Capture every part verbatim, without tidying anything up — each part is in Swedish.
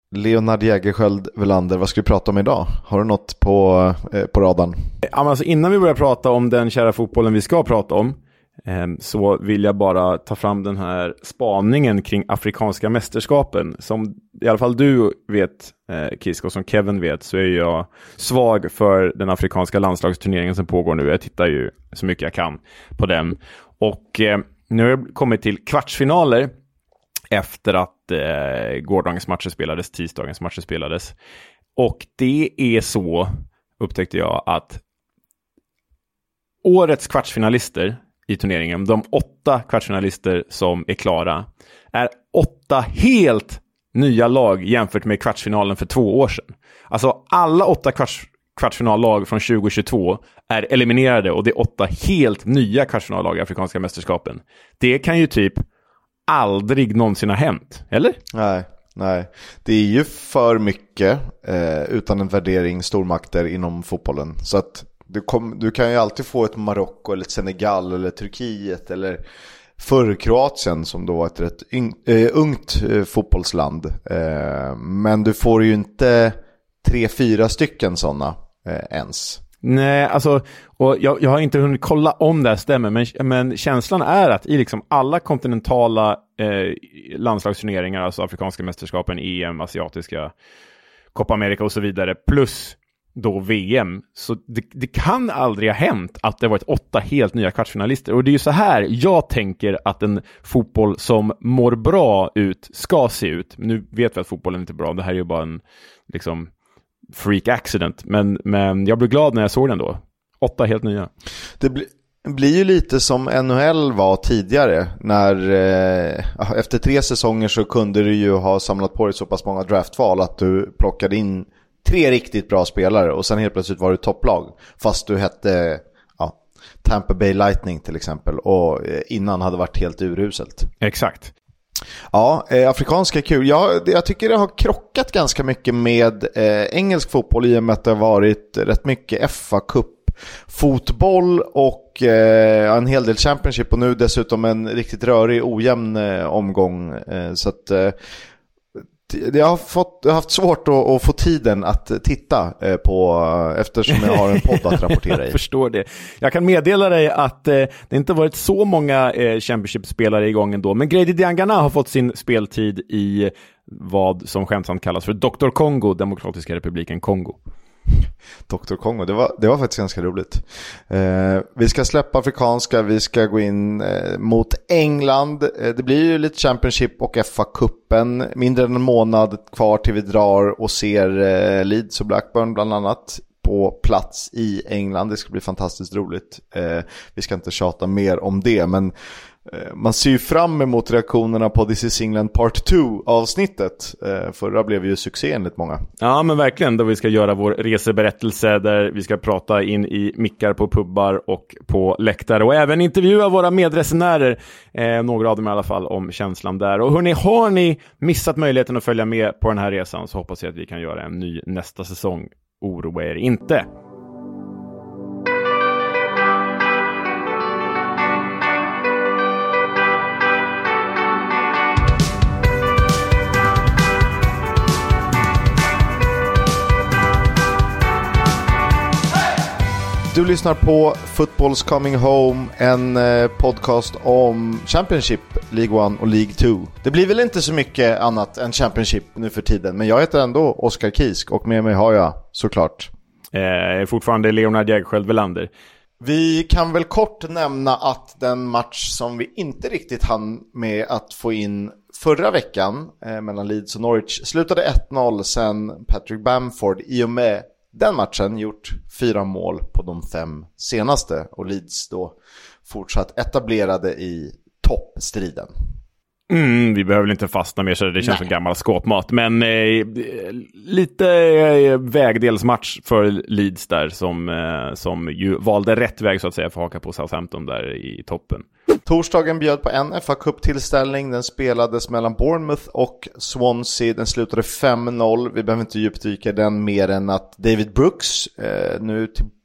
Leonard Jägerskiöld Welander, vad ska vi prata om idag? Har du något på, eh, på radarn? Ja, alltså innan vi börjar prata om den kära fotbollen vi ska prata om eh, så vill jag bara ta fram den här spaningen kring afrikanska mästerskapen. Som i alla fall du vet, eh, Kisk, och som Kevin vet, så är jag svag för den afrikanska landslagsturneringen som pågår nu. Jag tittar ju så mycket jag kan på den. Och eh, nu har jag kommit till kvartsfinaler efter att eh, gårdagens matcher spelades, tisdagens matcher spelades. Och det är så, upptäckte jag, att årets kvartsfinalister i turneringen, de åtta kvartsfinalister som är klara, är åtta helt nya lag jämfört med kvartsfinalen för två år sedan. Alltså alla åtta kvarts, kvartsfinallag från tjugo tjugotvå är eliminerade, och det är åtta helt nya kvartsfinallag i afrikanska mästerskapen. Det kan ju typ aldrig någonsin ha hänt, eller? Nej, nej. Det är ju för mycket eh, utan en värdering stormakter inom fotbollen. Så att du, kom, du kan ju alltid få ett Marocko eller ett Senegal eller Turkiet eller förr Kroatien som då var ett rätt yng, äh, ungt äh, fotbollsland. Äh, men du får ju inte tre, fyra stycken sådana äh, ens. Nej, alltså, och jag, jag har inte hunnit kolla om det här stämmer, men, men känslan är att i liksom alla kontinentala eh, landslagsturneringar, alltså afrikanska mästerskapen, E M, asiatiska, Copa America och så vidare, plus då V M, så det, det kan aldrig ha hänt att det varit åtta helt nya kvartsfinalister. Och det är ju så här jag tänker att en fotboll som mår bra ut ska se ut. Nu vet vi att fotbollen inte är bra, det här är ju bara en liksom freak accident, men, men jag blev glad när jag såg den då. Åtta helt nya. Det blir blir ju lite som N H L var tidigare när eh, efter tre säsonger så kunde du ju ha samlat på dig så pass många draftval att du plockade in tre riktigt bra spelare och sen helt plötsligt var du topplag fast du hette ja, Tampa Bay Lightning till exempel och innan hade varit helt uruselt. Exakt. Ja, eh, afrikanska kul. Jag, jag tycker det har krockat ganska mycket med eh, engelsk fotboll i och med att det har varit rätt mycket F A-cup fotboll och eh, en hel del Championship och nu dessutom en riktigt rörig ojämn eh, omgång eh, så att eh, jag har, fått, jag har haft svårt att, att få tiden att titta eh, på eftersom jag har en podd att rapportera i. Jag förstår det. Jag kan meddela dig att eh, det inte varit så många eh, Championship-spelare igång ändå, men Grady Diangana har fått sin speltid i vad som skämtsamt kallas för doktor Kongo, Demokratiska republiken Kongo. doktor Kongo, det var, det var faktiskt ganska roligt. Eh, vi ska släppa afrikanska, vi ska gå in eh, mot England. Eh, det blir ju lite Championship och F A-cupen. Mindre än en månad kvar till vi drar och ser eh, Leeds och Blackburn bland annat på plats i England. Det ska bli fantastiskt roligt. Eh, vi ska inte tjata mer om det, men man ser ju fram emot reaktionerna på This is England Part två avsnittet. Förra blev ju succé enligt många. Ja, men verkligen, då vi ska göra vår reseberättelse där vi ska prata in i mickar på pubbar och på läktare och även intervjua våra medresenärer, eh, några av dem i alla fall, om känslan där. Och hörni, har ni missat möjligheten att följa med på den här resan så hoppas jag att vi kan göra en ny nästa säsong. Oroa er inte. Du lyssnar på Football's Coming Home, en podcast om Championship, League One och League Two. Det blir väl inte så mycket annat än Championship nu för tiden, men jag heter ändå Oskar Kisk och med mig har jag såklart eh, fortfarande Leonard Jägerskiöld Welander. Vi kan väl kort nämna att den match som vi inte riktigt hann med att få in förra veckan eh, mellan Leeds och Norwich slutade ett noll sen Patrick Bamford i och med den matchen gjort fyra mål på de fem senaste och Leeds då fortsatt etablerade i toppstriden. Mm, vi behöver inte fastna mer så det känns Nej. som gammal skåpmat. Men eh, lite eh, vägdelsmatch för Leeds där som, eh, som ju valde rätt väg så att säga för att haka på Southampton där i toppen. Torsdagen bjöd på en F A-cup-tillställning. Den spelades mellan Bournemouth och Swansea. Den slutade fem noll. Vi behöver inte djupdyka den mer än att David Brooks, eh, nu till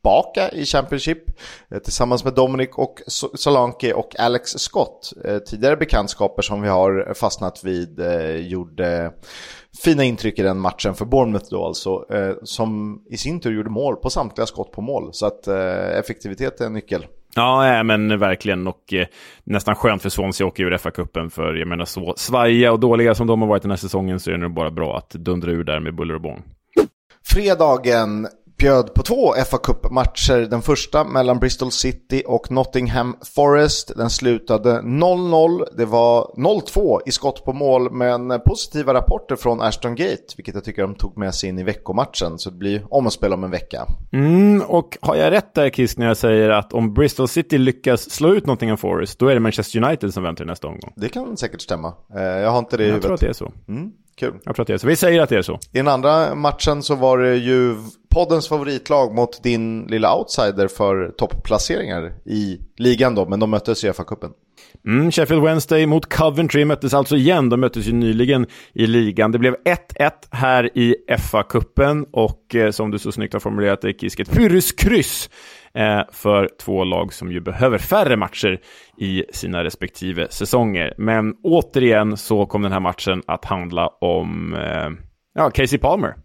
tillbaka i Championship eh, tillsammans med Dominic och Solanke och Alex Scott. Eh, tidigare bekantskaper som vi har fastnat vid eh, gjorde fina intryck i den matchen för Bournemouth då alltså, eh, som i sin tur gjorde mål på samtliga skott på mål. Så att eh, effektivitet är en nyckel. Ja, men verkligen, och eh, nästan skönt för Swansea och ur F A-cupen, för jag menar så svajiga och dåliga som de har varit den här säsongen så är det bara bra att dundra ur där med buller och bång. Fredagen bjöd på två F A-cupmatcher. Den första mellan Bristol City och Nottingham Forest. Den slutade noll noll. Det var noll två i skott på mål, men positiva rapporter från Ashton Gate, vilket jag tycker de tog med sig in i veckomatchen. Så det blir omspel om en vecka. Mm, och har jag rätt där, Kisk, när jag säger att om Bristol City lyckas slå ut Nottingham Forest, då är det Manchester United som väntar nästa omgång? Det kan säkert stämma. Jag har inte det i jag huvudet. Jag tror att det är så. Mm. Kul. Jag tror att det är så. Vi säger att det är så. I den andra matchen så var det ju poddens favoritlag mot din lilla outsider för toppplaceringar i ligan då, men de möttes i F A-cupen. Mm, Sheffield Wednesday mot Coventry möttes alltså igen. De möttes ju nyligen i ligan. Det blev ett ett här i F A-cupen och eh, som du så snyggt har formulerat det, Kisk, ett pyrruskryss eh, för två lag som ju behöver färre matcher i sina respektive säsonger. Men återigen så kom den här matchen att handla om eh, ja, Casey Palmer.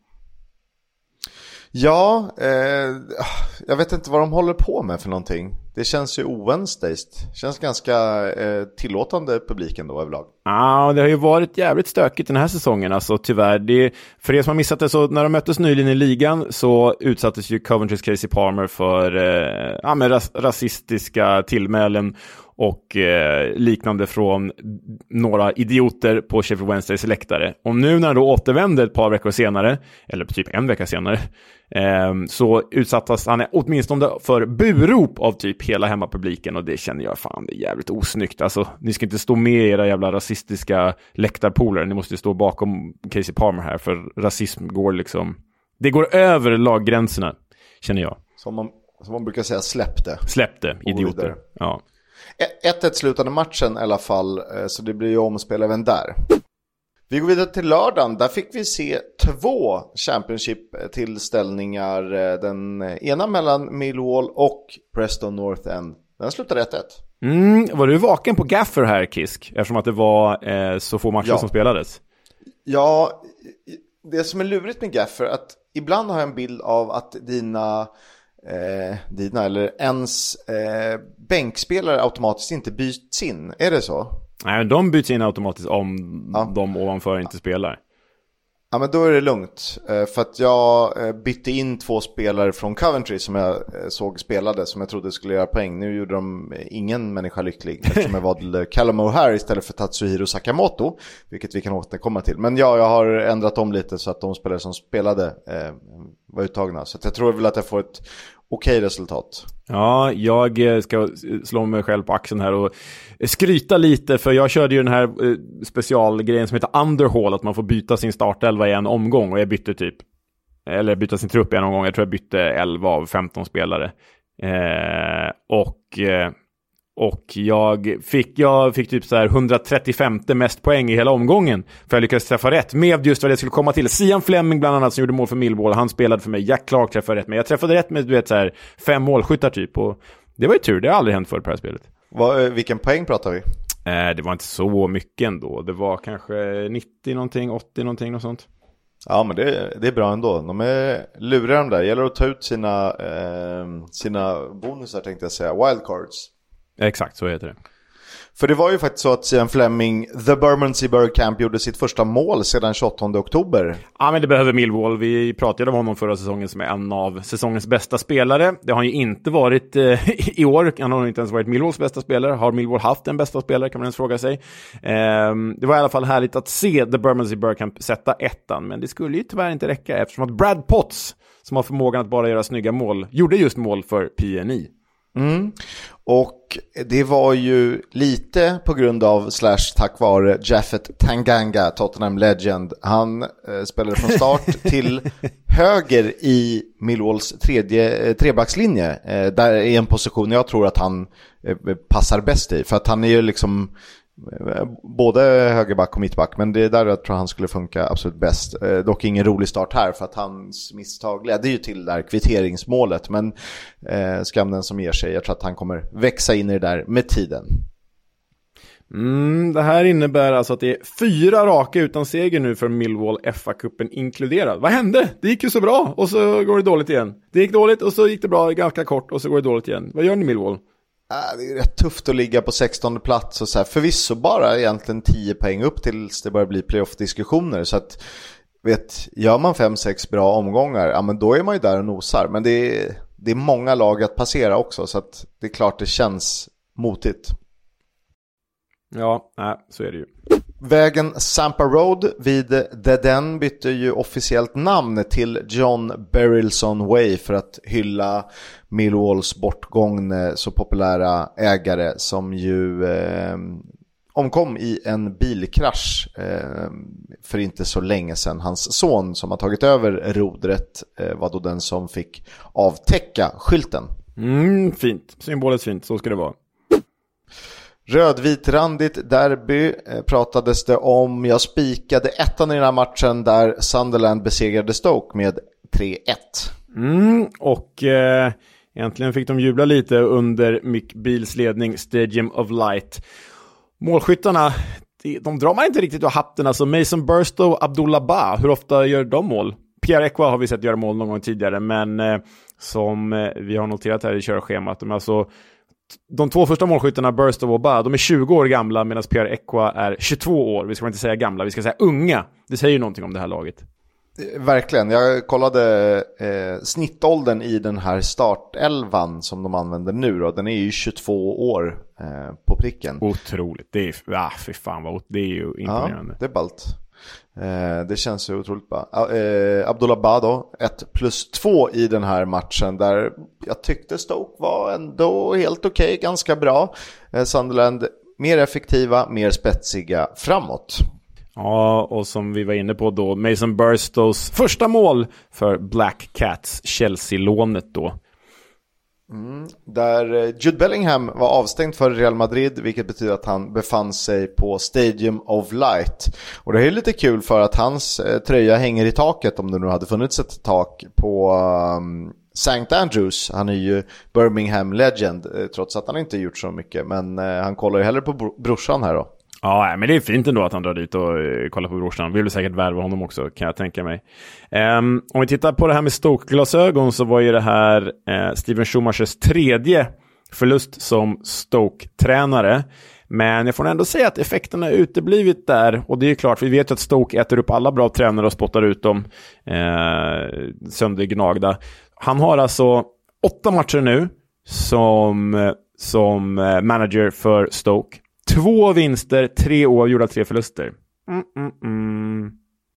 Ja, eh, jag vet inte vad de håller på med för någonting. Det känns ju o-Wednesdays. Känns ganska eh, tillåtande publiken då överlag. Ja, det har ju varit jävligt stökigt den här säsongen, alltså tyvärr. Det, för er som har missat det, så när de möttes nyligen i ligan så utsattes ju Coventrys Casey Palmer för eh, ja, men ras- rasistiska tillmälen och eh, liknande från några idioter på Sheffield Wednesdays läktare. Och nu när han då återvände ett par veckor senare, eller typ en vecka senare, eh, så utsattes han åtminstone för burop av typ hela hemmapubliken, och det känner jag fan, det är jävligt osnyggt. Alltså, ni ska inte stå med i era jävla rasistiska läktarpolare, ni måste stå bakom Casey Palmer här, för rasism går liksom, det går över laggränserna, känner jag. Som man, som man brukar säga, släpp det. Släpp det, idioter. Ja. ett ett slutade matchen i alla fall, så det blir ju omspel även där. Vi går vidare till lördagen. Där fick vi se två Championship-tillställningar. Den ena mellan Millwall och Preston North End. Den slutade ett ett. Mm, var du vaken på Gaffer här, Kisk? Eftersom att det var eh, så få matcher ja. som spelades. Ja, det som är lurigt med Gaffer är att ibland har jag en bild av att dina... Eh, dina eller ens eh, bänkspelare automatiskt inte byts in. Är det så? Nej, men de byts in automatiskt om ja. de ovanför inte spelar. Ja, men då är det lugnt. Eh, för att jag eh, bytte in två spelare från Coventry som jag eh, såg spelade, som jag trodde skulle göra poäng. Nu gjorde de ingen människa lycklig eftersom jag valde Callum O'Hare istället för Tatsuhiro Sakamoto, vilket vi kan återkomma till. Men ja, jag har ändrat om lite så att de spelare som spelade eh, var uttagna. Så att jag tror väl att jag får ett okej resultat. Ja, jag ska slå mig själv på axeln här och skryta lite, för jag körde ju den här specialgrejen som heter Underhaul, att man får byta sin startelva i en omgång, och jag bytte typ, eller byta sin trupp i en omgång, jag tror jag bytte elva av femton spelare. Eh, och eh, och jag fick, jag fick typ så här hundratrettiofem mest poäng i hela omgången, för jag lyckades träffa rätt med just vad det skulle komma till. Sian Fleming bland annat, som gjorde mål för Millwall, han spelade för mig. Jack Clark träffade rätt med. Jag träffade rätt med, du vet, så här fem målskyttar typ, och det var ju tur, det har aldrig hänt förr på det här spelet. Vad, vilken poäng pratar vi? Eh, det var inte så mycket ändå. Det var kanske nittio någonting, åttio någonting och sånt. Ja, men det, det är bra ändå. De är luriga de där. Gäller att ta ut sina, eh, sina bonusar, tänkte jag säga. Wildcards. Exakt, så heter det. För det var ju faktiskt så att Sian Fleming, The Bermondsey Bergkamp, gjorde sitt första mål sedan tjugoåttonde oktober. Ja, men det behöver Millwall. Vi pratade om honom förra säsongen som är en av säsongens bästa spelare. Det har han ju inte varit eh, i år. Han har inte ens varit Millwalls bästa spelare. Har Millwall haft en bästa spelare, kan man ens fråga sig. Eh, det var i alla fall härligt att se The Bermondsey Bergkamp sätta ettan. Men det skulle ju tyvärr inte räcka, eftersom att Brad Potts, som har förmågan att bara göra snygga mål, gjorde just mål för P N I. Mm. Och det var ju lite på grund av slash tack vare Japhet Tanganga, Tottenham Legend. Han eh, spelade från start till höger i Millwalls tredje eh, trebackslinje. Eh, där är en position jag tror att han eh, passar bäst i, för att han är ju liksom både högerback och mittback, men det är där jag tror han skulle funka absolut bäst. Eh, dock ingen rolig start här för att hans misstag ledde ju till det där kvitteringsmålet, men eh, skam den som ger sig. Jag tror att han kommer växa in i det där med tiden. Mm, det här innebär alltså att det är fyra raka utan seger nu för Millwall, F A-cupen inkluderad. Vad hände? Det gick ju så bra och så går det dåligt igen. Det gick dåligt och så gick det bra ganska kort och så går det dåligt igen. Vad gör ni Millwall? Äh, det är rätt tufft att ligga på sextonde plats och så här. Förvisso bara egentligen tio poäng upp tills det börjar bli playoff-diskussioner. Så att, vet, gör man fem sex bra omgångar, ja men då är man ju där och nosar. Men det är, det är många lag att passera också, så att det är klart det känns motigt. Ja, nej, så är det ju. Vägen Sampa Road vid Deden bytte ju officiellt namn till John Berylson Way för att hylla Millwalls bortgångne så populära ägare som ju eh, omkom i en bilkrasch eh, för inte så länge sedan. Hans son som har tagit över rodret eh, var då den som fick avtäcka skylten. Mm, fint. Symbolet fint, så ska det vara. Rödvitrandigt derby eh, pratades det om. Jag spikade ettan i den här matchen där Sunderland besegrade Stoke med tre ett. Mm, och eh, egentligen fick de jubla lite under Mick Beals ledning, Stadium of Light. Målskyttarna, de, de drar man inte riktigt ur hatten. Alltså Mason Burstow och Abdullah Ba, hur ofta gör de mål? Pierre Ekwa har vi sett göra mål någon gång tidigare, men eh, som eh, vi har noterat här i körschemat, de är alltså de två första målskyttarna, Burstow och Ba, de är tjugo år gamla medan Pierre Ekwa är tjugotvå år. Vi ska inte säga gamla, vi ska säga unga. Det säger ju någonting om det här laget. Verkligen, jag kollade eh, snittåldern i den här startelvan som de använder nu då. Den är ju tjugotvå år eh, på pricken. Otroligt, det är, ah, fy fan vad, det är ju imponerande. Ja, det är ballt. Eh, det känns ju otroligt bra. Eh, Abdullah Ba då, ett plus två i den här matchen där jag tyckte Stoke var ändå helt okej, okay, ganska bra. Eh, Sunderland mer effektiva, mer spetsiga framåt. Ja, och som vi var inne på då, Mason Burstows första mål för Black Cats, Chelsea-lånet då. Mm, där Jude Bellingham var avstängd för Real Madrid, vilket betyder att han befann sig på Stadium of Light. Och det är lite kul för att hans eh, tröja hänger i taket, om det nu hade funnits ett tak på um, Saint Andrews. Han är ju Birmingham legend, eh, trots att han inte gjort så mycket. Men eh, han kollar ju hellre på br- brorsan här då. Ja, men det är fint ändå att han drar dit och uh, kollar på brorsan. Vi vill säkert värva honom också, kan jag tänka mig. Um, om vi tittar på det här med Stoke-glasögon, så var ju det här uh, Steven Schumachers tredje förlust som Stoke-tränare. Men jag får ändå säga att effekterna uteblivit där. Och det är klart, vi vet att Stoke äter upp alla bra tränare och spottar ut dem uh, söndergnagda. Han har alltså åtta matcher nu som, som manager för Stoke. Två vinster, tre oavgjorda, tre förluster. Mm, mm, mm.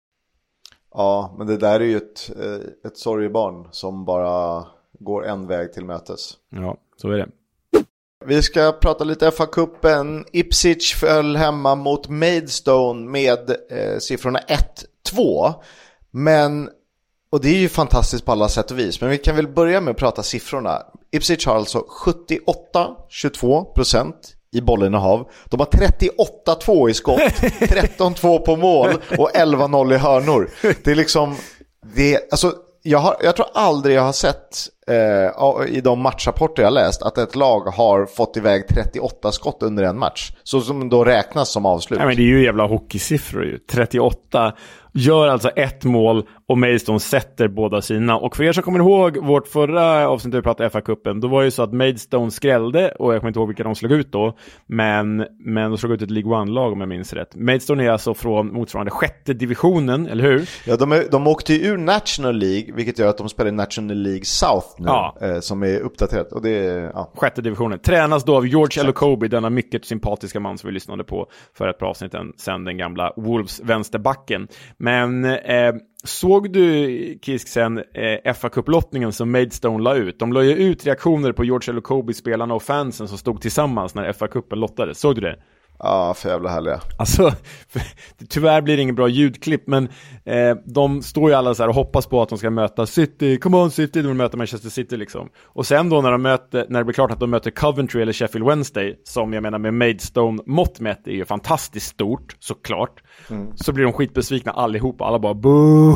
Ja, men det där är ju ett, ett sorgebarn som bara går en väg till mötes. Ja, så är det. Vi ska prata lite F A-cupen. Ipswich föll hemma mot Maidstone med eh, siffrorna ett två. Men, och det är ju fantastiskt på alla sätt och vis, men vi kan väl börja med att prata siffrorna. Ipswich har alltså sjuttioåtta komma tjugotvå procent i bollinnehav. De har trettioåtta två i skott, tretton två på mål och elva noll i hörnor. Det är liksom det, alltså jag, har, jag tror aldrig jag har sett eh, i de matchrapporter jag läst att ett lag har fått iväg trettioåtta skott under en match. Så som då räknas som avslut. Ja, men det är ju jävla hockeysiffror ju. trettioåtta gör alltså ett mål och Maidstone sätter båda sina. Och för er som kommer ihåg vårt förra avsnitt där vi pratade F A-cupen, då var det ju så att Maidstone skrällde, och jag kommer inte ihåg vilka de slog ut då, men, men de slog ut ett League One-lag om jag minns rätt. Maidstone är alltså från motsvarande sjätte divisionen, eller hur? Ja, de, är, de åkte ju ur National League, vilket gör att de spelar i National League South nu, ja. eh, som är uppdaterat. Och det är, ja. Sjätte divisionen. Tränas då av George Elokobi, denna mycket sympatiska man som vi lyssnade på för ett par avsnitt sen, den gamla Wolves vänsterbacken. Men eh, såg du, Kisk, sen eh, F A-cuplottningen som Maidstone la ut? De la ju ut reaktioner på George Elokobi, spelarna och fansen som stod tillsammans när F A-cupen lottades. Såg du det? Ja, för jävla härliga. Alltså, tyvärr blir det ingen bra ljudklipp, men eh, de står ju alla så här och hoppas på att de ska möta City. Come on City, de möter Manchester City liksom. Och sen då när de möter, när det blir klart att de möter Coventry eller Sheffield Wednesday, som jag menar med Maidstone mått mätt är ju fantastiskt stort, såklart. Mm. Så blir de skitbesvikna allihopa. Alla bara boo.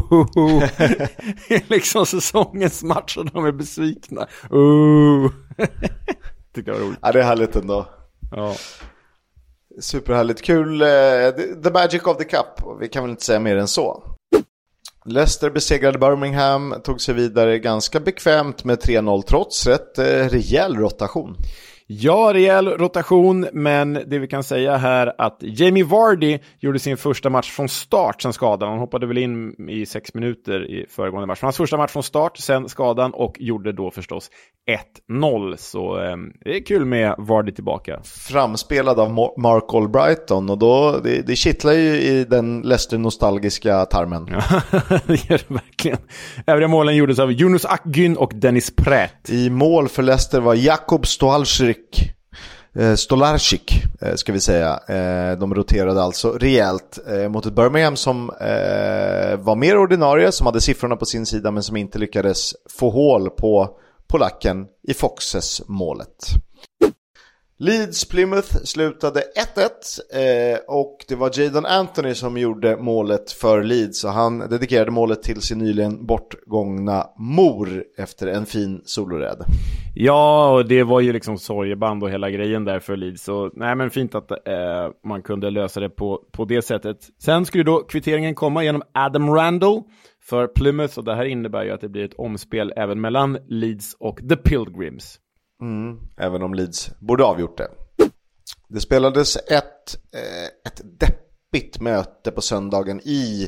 Liksom säsongens match och de är besvikna. Uh. Tycker jag var roligt. Ja, det är härligt ändå. Ja. Superhärligt. Kul. The Magic of the Cup. Vi kan väl inte säga mer än så. Leicester besegrade Birmingham, tog sig vidare ganska bekvämt med tre noll trots rätt rejäl rotation. Ja, rejäl rotation, men det vi kan säga här att Jamie Vardy gjorde sin första match från start sen skadan. Han hoppade väl in i sex minuter i föregående match. Hans första match från start sen skadan och gjorde då förstås ett noll. Så eh, det är kul med Vardy tillbaka. Framspelad av Mark Albrighton och då, det, det kittlar ju i den Leicester-nostalgiska tarmen. Ja, det gör det verkligen. Övriga målen gjordes av Yunus Akgün och Dennis Pratt. I mål för Leicester var Jakub Stolarczyk. Stolarczyk ska vi säga. De roterade alltså rejält mot ett Birmingham som var mer ordinarie, som hade siffrorna på sin sida men som inte lyckades få hål på polacken i Foxes målet. Leeds Plymouth slutade ett ett eh, och det var Jadon Anthony som gjorde målet för Leeds, och han dedikerade målet till sin nyligen bortgångna mor efter en fin soloräd. Ja, och det var ju liksom sorgeband och hela grejen där för Leeds, så nej, men fint att eh, man kunde lösa det på, på det sättet. Sen skulle då kvitteringen komma genom Adam Randall för Plymouth, och det här innebär ju att det blir ett omspel även mellan Leeds och The Pilgrims. Mm, även om Leeds borde avgjort det. Det spelades ett, eh, ett deppigt möte på söndagen i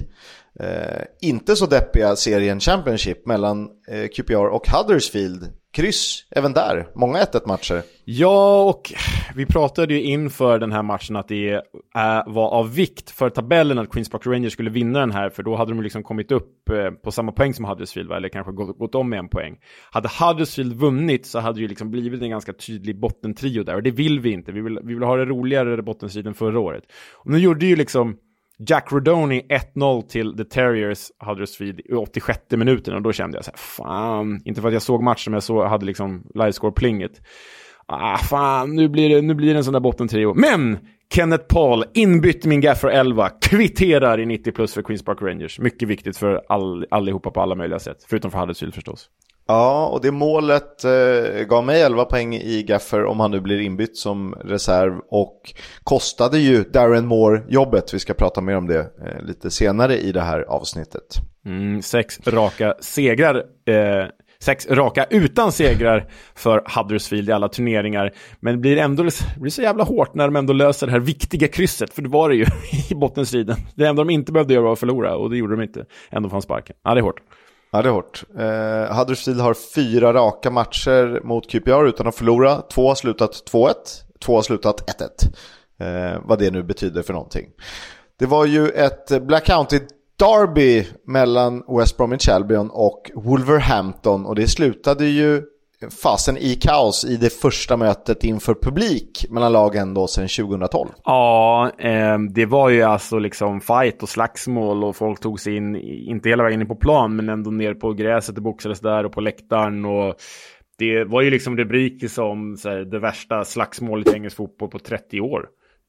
eh, inte så deppiga serien Championship mellan eh, Q P R och Huddersfield. Kryss även där, många ett ett matcher. Ja, och vi pratade ju inför den här matchen att det äh, var av vikt för tabellen att Queens Park Rangers skulle vinna den här, för då hade de liksom kommit upp eh, på samma poäng som Huddersfield, va? Eller kanske gått, gått om med en poäng. Hade Huddersfield vunnit så hade det ju liksom blivit en ganska tydlig bottentrio där, och det vill vi inte. Vi vill, vi vill ha det roligare bottenstriden förra året. Och nu gjorde ju liksom Jack Rodoni ett noll till The Terriers Huddersfield i åttiosjätte minuten, och då kände jag så här, fan, inte för att jag såg matchen men jag så hade liksom livescore-plinget. Ah, fan, nu blir det, nu blir det en sån där bottentrio. Men Kenneth Paul, inbytt min gaffer elva, kvitterar i nittio plus för Queens Park Rangers. Mycket viktigt för all, allihopa på alla möjliga sätt, förutom för Huddersfield förstås. Ja, och det målet eh, gav mig elva poäng i gaffer om han nu blir inbytt som reserv, och kostade ju Darren Moore jobbet. Vi ska prata mer om det eh, lite senare i det här avsnittet. Mm, sex raka segrar, eh, sex raka utan segrar för Huddersfield i alla turneringar, men det blir ändå det blir så jävla hårt när de ändå löser det här viktiga krysset, för det var det ju i bottenstriden. Det enda de inte behövde göra var att förlora, och det gjorde de inte. Ändå fanns sparken. Ja, det är hårt. Ja, det är hårt. Eh, Huddersfield har fyra raka matcher mot Q P R utan att förlora. Två har slutat två ett, två har slutat ett ett. Eh, vad det nu betyder för någonting. Det var ju ett Black County derby mellan West Bromwich Albion och Wolverhampton, och det slutade ju fasen i kaos i det första mötet inför publik mellan lagen då sedan tjugohundratolv. Ja, eh, det var ju alltså liksom fight och slagsmål, och folk tog sig in, inte hela vägen in på plan, men ändå ner på gräset och boxades där och på läktaren, och det var ju liksom rubriker som så här, det värsta slagsmålet i engelsk fotboll på trettio år.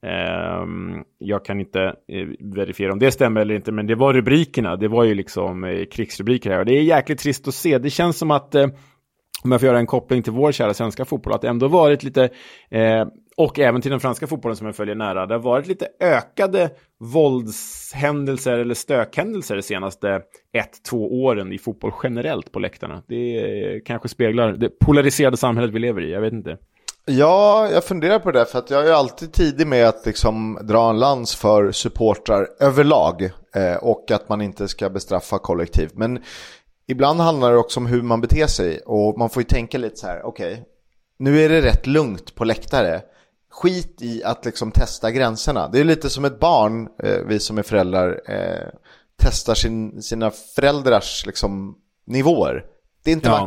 Eh, jag kan inte eh, verifiera om det stämmer eller inte, men det var rubrikerna, det var ju liksom eh, krigsrubriker här, och det är jäkligt trist att se. Det känns som att eh, om jag får göra en koppling till vår kära svenska fotboll, att det ändå varit lite, eh, och även till den franska fotbollen som jag följer nära, det har varit lite ökade våldshändelser eller stökhändelser de senaste ett, två åren i fotboll generellt på läktarna. Det eh, kanske speglar det polariserade samhället vi lever i, jag vet inte. Ja, jag funderar på det, för att jag är alltid tidig med att liksom dra en lans för supportrar överlag, eh, och att man inte ska bestraffa kollektivt. Men ibland handlar det också om hur man beter sig, och man får ju tänka lite så här: okej, okay, nu är det rätt lugnt på läktare. Skit i att liksom testa gränserna. Det är lite som ett barn, eh, vi som är föräldrar, eh, testar sin, sina föräldrars liksom nivåer. Det är inte ja. värt det.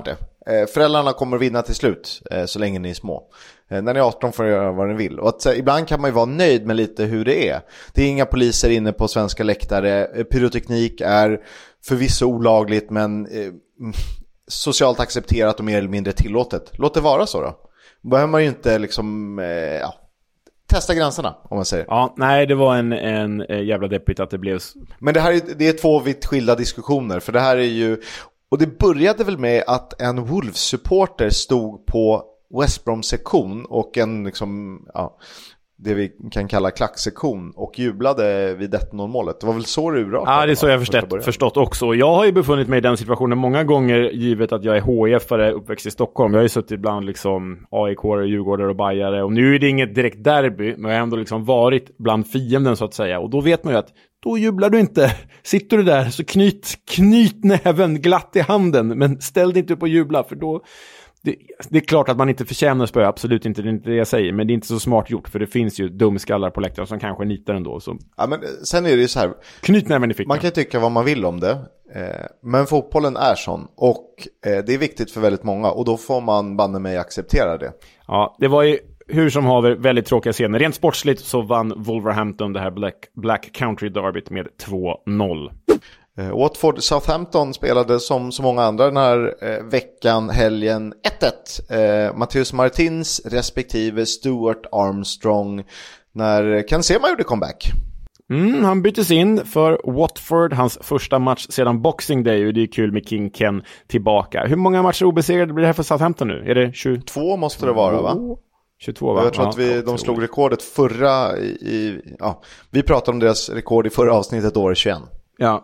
eh, föräldrarna kommer vinna till slut eh, så länge ni är små. Eh, när ni är arton får ni göra vad ni vill. Och att, eh, ibland kan man ju vara nöjd med lite hur det är. Det är inga poliser inne på svenska läktare. Eh, pyroteknik är förvisso olagligt, men eh, socialt accepterat och mer eller mindre tillåtet. Låt det vara så då. Behöver man ju inte liksom eh, ja, testa gränserna, om man säger. Ja, nej, det var en, en, en jävla deppigt att det blev. Men det här är, det är två vitt skilda diskussioner. För det här är ju, och det började väl med att en Wolves-supporter stod på West Brom-sektion och en liksom, ja, det vi kan kalla klacksektion och jublade vid ett noll-målet. Det var väl så det urartade? Ja, det är så jag förstått, förstått också. Jag har ju befunnit mig i den situationen många gånger, givet att jag är H I F-are uppväxt i Stockholm. Jag har ju suttit bland liksom A I K-are, Djurgårdare och Bajare. Och nu är det inget direkt derby, men jag har ändå liksom varit bland fienden så att säga. Och då vet man ju att då jublar du inte. Sitter du där så knyt, knyt näven glatt i handen, men ställ dig inte upp och jubla, för då... Det, det är klart att man inte förtjänar spö, absolut inte, det är inte det jag säger, men det är inte så smart gjort, för det finns ju dumskallar på läktaren som kanske nitar ändå. Så. Ja, men sen är det ju så här, knyt näven i fickan. Man kan tycka vad man vill om det, eh, men fotbollen är sån, och eh, det är viktigt för väldigt många, och då får man banne mig acceptera det. Ja, det var ju hur som haver väldigt tråkiga scener. Rent sportsligt så vann Wolverhampton det här Black, Black Country derbyt med två noll. Eh, Watford Southampton spelade som så många andra den här eh, veckan, helgen ett ett. Eh, Matthews Martins respektive Stuart Armstrong när Ken Sema gjorde comeback. Mm, han byttes in för Watford, hans första match sedan Boxing Day, och det är kul med King Ken tillbaka. Hur många matcher obesegrade blir det här för Southampton nu? Är det tjugotvå måste det vara, va? tjugotvå, va? Jag tror att vi, de slog rekordet förra i, i, ja, vi pratade om deras rekord i förra avsnittet år tjugoett. Ja.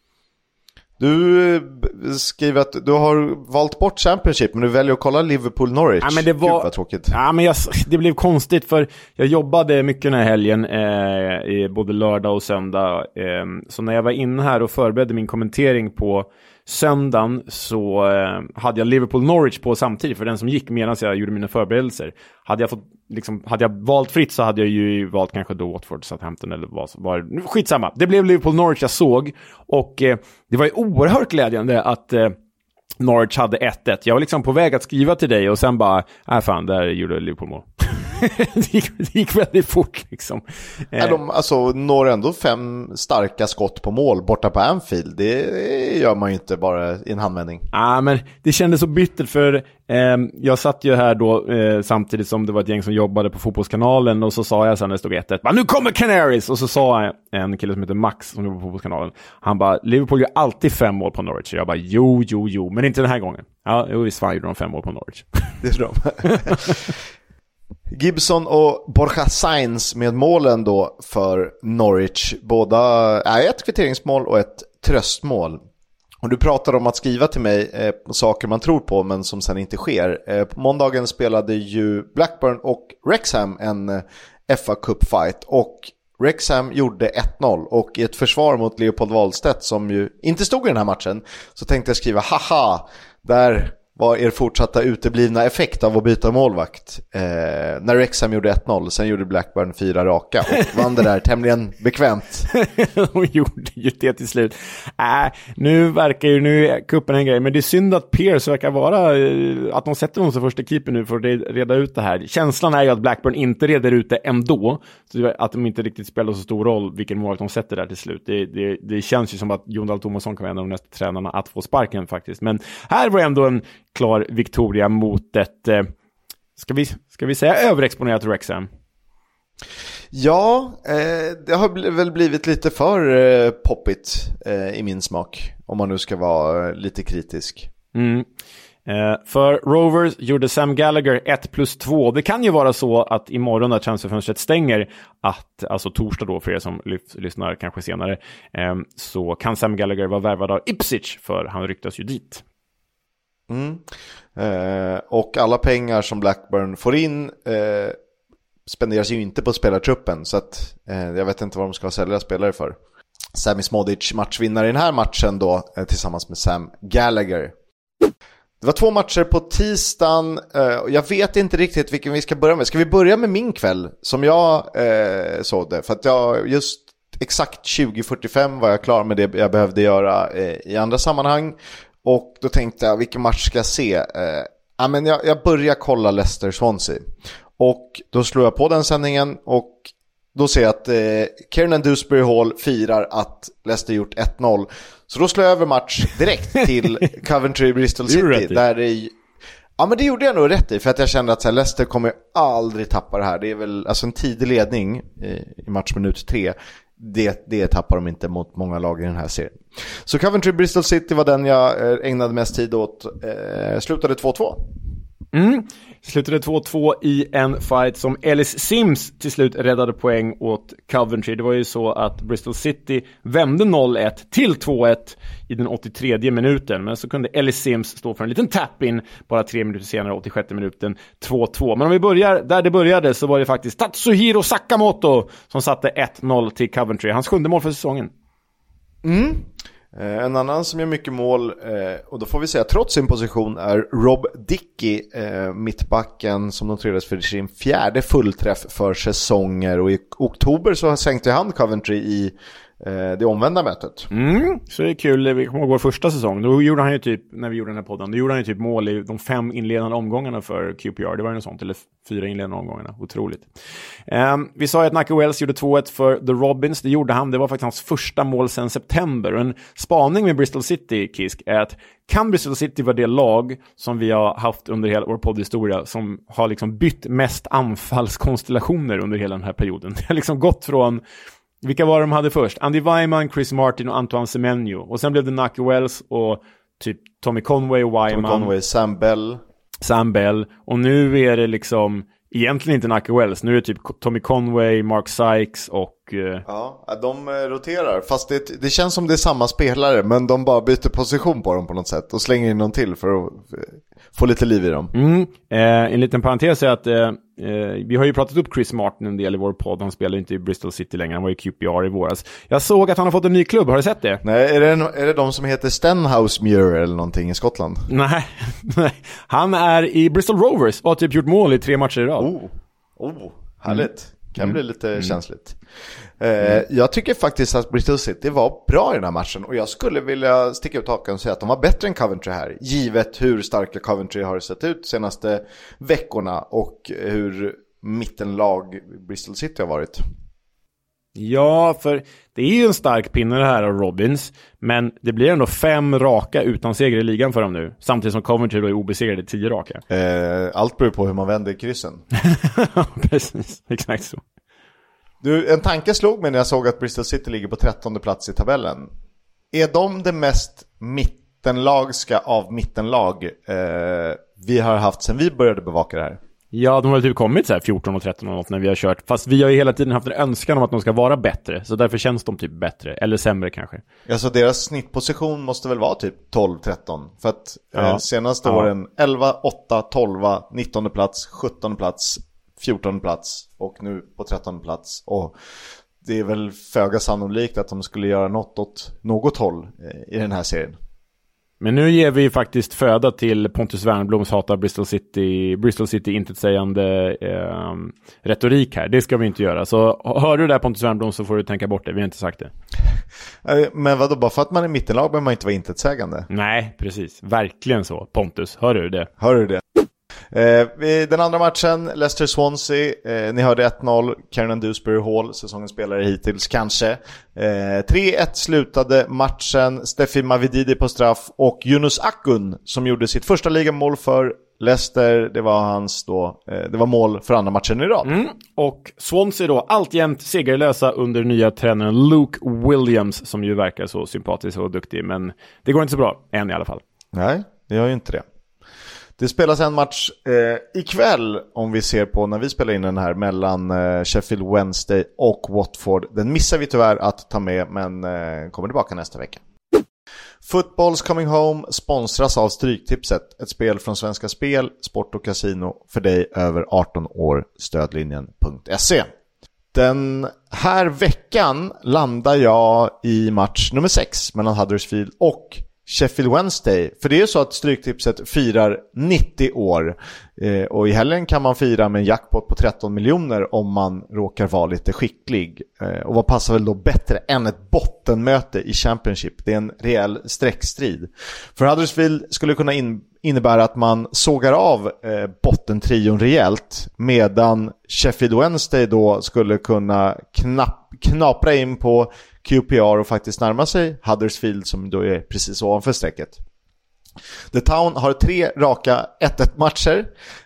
Du skriver att du har valt bort Championship, men du väljer att kolla Liverpool-Norwich. Ja, men det var... Gud, vad tråkigt. Ja, men jag, det blev konstigt, för jag jobbade mycket den här helgen, eh, i både lördag och söndag. Eh, så när jag var inne här och förberedde min kommentering på söndagen så eh, hade jag Liverpool-Norwich på samtidigt, för den som gick medan jag gjorde mina förberedelser. Hade jag, fått, liksom, hade jag valt fritt så hade jag ju valt kanske då Watford, Southampton eller vad som var. Skitsamma, det blev Liverpool-Norwich jag såg, och eh, det var ju oerhört glädjande att eh, Norwich hade ett ett. Jag var liksom på väg att skriva till dig och sen bara, äh fan, där gjorde Liverpool mål. det, gick, det gick väldigt fort liksom. Ja, de alltså, når ändå fem starka skott på mål borta på Anfield. Det gör man ju inte bara i en handvändning. Ja, ah, men det kändes så bittert, för eh, jag satt ju här då eh, samtidigt som det var ett gäng som jobbade på Fotbollskanalen, och så sa jag sen när det stod ett ett, nu kommer Canaries! Och så sa en kille som heter Max som jobbar på Fotbollskanalen, han bara, Liverpool gör alltid fem mål på Norwich. Och jag bara, jo, jo, jo, men inte den här gången. Ja, jo, visst fan gjorde de fem mål på Norwich. Det är de. Gibson och Borja Sainz med målen då för Norwich. Båda är ett kvitteringsmål och ett tröstmål. Och du pratar om att skriva till mig eh, saker man tror på men som sen inte sker. Eh, på måndagen spelade ju Blackburn och Wrexham en eh, F A Cup fight, och Wrexham gjorde ett noll, och i ett försvar mot Leopold Wahlstedt som ju inte stod i den här matchen, så tänkte jag skriva haha, där var er fortsatta uteblivna effekt av att byta målvakt. Eh, när Wrexham gjorde ett noll, sen gjorde Blackburn fyra raka och vann det där tämligen bekvämt. De gjorde ju det till slut. Äh, nu verkar ju, nu är kuppen en grej, men det är synd att Pierce verkar vara, att de sätter honom som första keeper nu för att reda ut det här. Känslan är ju att Blackburn inte reder ut det ändå, så att de inte riktigt spelar så stor roll vilken målvakt de sätter där till slut. Det, det, det känns ju som att Jon Dahl Tomasson kan vara en av de nästa tränarna att få sparken faktiskt. Men här var ändå en klar Victoria mot ett, eh, ska, vi, ska vi säga överexponerat Wrexham? Ja, eh, det har bl- väl blivit lite för eh, poppigt eh, i min smak, om man nu ska vara eh, lite kritisk. Mm. Eh, för Rovers gjorde Sam Gallagher ett plus två. Det kan ju vara så att imorgon när transferfönstret stänger, att, alltså torsdag då för er som lyf- lyssnar kanske senare, eh, så kan Sam Gallagher vara värvad av Ipswich, för han ryktas ju dit. Mm. Eh, och alla pengar som Blackburn får in eh, spenderas ju inte på spelartruppen, så att eh, jag vet inte vad de ska sälja spelare för. Sami Smodic matchvinnare i den här matchen då, eh, tillsammans med Sam Gallagher. Det var två matcher på tisdagen, eh, och jag vet inte riktigt vilken vi ska börja med. Ska vi börja med min kväll som jag eh, såg det? För att jag just exakt tjugo fyrtiofem var jag klar med det jag behövde göra eh, i andra sammanhang. Och då tänkte jag, vilken match ska jag se? Eh, ja, men jag, jag börjar kolla Leicester-Swansea. Och då slår jag på den sändningen och då ser jag att eh, Kiernan Dewsbury Hall firar att Leicester gjort ett noll. Så då slår jag över match direkt till Coventry Bristol City. Där det, ja, men det gjorde jag nog rätt i. För att jag kände att så här, Leicester kommer aldrig tappa det här. Det är väl alltså en tidig ledning i, i matchminut tre. Det, det tappar de inte mot många lag i den här serien. Så Coventry Bristol City var den jag ägnade mest tid åt. Eh, slutade två två. Mm. Slutade två två i en fight som Ellis Sims till slut räddade poäng åt Coventry. Det var ju så att Bristol City vände noll ett till två ett i den åttiotredje minuten. Men så kunde Ellis Sims stå för en liten tap-in bara tre minuter senare, åttiosjätte minuten, två två. Men om vi börjar där det började så var det faktiskt Tatsuhiro Sakamoto som satte ett noll till Coventry. Hans sjunde mål för säsongen. Mm. Eh, en annan som gör mycket mål, eh, och då får vi säga trots sin position, är Rob Dickey, eh, mittbacken som noterades för sin fjärde fullträff för säsonger. Och i oktober så sänkte han Coventry i eh, det omvända mötet. Mm, så det är kul. Vi kommer ihåg vår första säsong. Då gjorde han ju typ, när vi gjorde den här podden, då gjorde han ju typ mål i de fem inledande omgångarna för Q P R. Det var ju något sånt, eller fyra inledande omgångarna. Otroligt. Um, vi sa ju att Naki Wells gjorde två ett för The Robins. Det gjorde han. Det var faktiskt hans första mål sedan september. Och en spaning med Bristol City, Kisk, är att kan Bristol City vara det lag som vi har haft under hela vår poddhistoria som har liksom bytt mest anfallskonstellationer under hela den här perioden. Det har liksom gått från, vilka var de hade först? Andy Weimann, Chris Martin och Antoine Semenyo. Och sen blev det Naki Wells och typ Tommy Conway och Weimann. Tommy Conway, Sam Bell. Sam Bell. Och nu är det liksom egentligen inte Naki Wells. Nu är det typ Tommy Conway, Mark Sykes och... Uh... Ja, de roterar. Fast det, det känns som det är samma spelare, men de bara byter position på dem på något sätt och slänger in någon till för att få lite liv i dem. Mm. Eh, en liten parentes är att eh, eh, vi har ju pratat upp Chris Martin en del i vår podd. Han spelar inte i Bristol City längre. Han var i Q P R i våras. Jag såg att han har fått en ny klubb. Har du sett det? Nej, är det, en, är det de som heter Stenhousemuir eller någonting i Skottland? Nej, nej. Han är i Bristol Rovers och har typ gjort mål i tre matcher i rad. Oh, oh härligt. Mm. Kan mm. bli lite mm. känsligt. Eh, mm. Jag tycker faktiskt att Bristol City var bra i den här matchen. Och jag skulle vilja sticka ut hakan och säga att de var bättre än Coventry här. Givet hur starka Coventry har sett ut de senaste veckorna. Och hur mittenlag Bristol City har varit. Ja, för det är ju en stark pinne det här av Robins. Men det blir ändå fem raka utan seger i ligan för dem nu. Samtidigt som Coventry då är obesegrade tio raka. Eh, allt beror på hur man vänder kryssen. Precis, exakt så. Du, en tanke slog mig när jag såg att Bristol City ligger på trettonde plats i tabellen. Är de det mest mittenlagska av mittenlag eh, vi har haft sedan vi började bevaka det här? Ja, de har typ kommit så här fjorton och tretton och något när vi har kört. Fast vi har ju hela tiden haft en önskan om att de ska vara bättre. Så därför känns de typ bättre. Eller sämre kanske. Alltså deras snittposition måste väl vara typ tolv tretton. För att ja. eh, senaste ja. åren elva, åtta, tolv, nittonde plats, sjuttonde plats, fjortonde plats och nu på trettonde plats. Och det är väl föga sannolikt att de skulle göra något åt något håll eh, i den här serien. Men nu ger vi faktiskt föda till Pontus Wernbloms hata Bristol City, Bristol City intetsägande eh, retorik här. Det ska vi inte göra. Så hör du det där Pontus Wernblom så får du tänka bort det. Vi har inte sagt det. Men vadå, bara för att man är mittenlag behöver man inte vara intetsägande? Nej, precis. Verkligen så. Pontus, hör du det? Hör du det? Eh, den andra matchen, Leicester-Swansea, eh, ni hörde ett noll, Kiernan Dewsbury Hall, säsongens spelare hittills kanske. eh, tre ett slutade matchen, Steffi Mavididi på straff och Yunus Akun som gjorde sitt första ligamål för Leicester. Det var hans då, eh, det var mål för andra matchen i rad. Mm. Och Swansea då alltjämt segerlösa under nya tränaren Luke Williams som ju verkar så sympatisk och duktig, men det går inte så bra än i alla fall. Nej, det gör ju inte det. Det spelas en match eh, ikväll om vi ser på när vi spelar in den här mellan eh, Sheffield Wednesday och Watford. Den missar vi tyvärr att ta med men eh, kommer tillbaka nästa vecka. Football's Coming Home sponsras av Stryktipset. Ett spel från Svenska Spel, Sport och Casino för dig över arton år. Stödlinjen punkt se. Den här veckan landar jag i match nummer sex mellan Huddersfield och Sheffield Wednesday. För det är ju så att Stryktipset firar nittio år. Eh, och i helgen kan man fira med en jackpot på tretton miljoner om man råkar vara lite skicklig. Eh, och vad passar väl då bättre än ett bottenmöte i Championship? Det är en rejäl sträckstrid. För Huddersfield skulle kunna in, innebära att man sågar av eh, bottentrion rejält, medan Sheffield Wednesday då skulle kunna knapp, knapra in på Q P R och faktiskt närma sig Huddersfield som då är precis ovanför strecket. The Town har tre raka ett ett matcher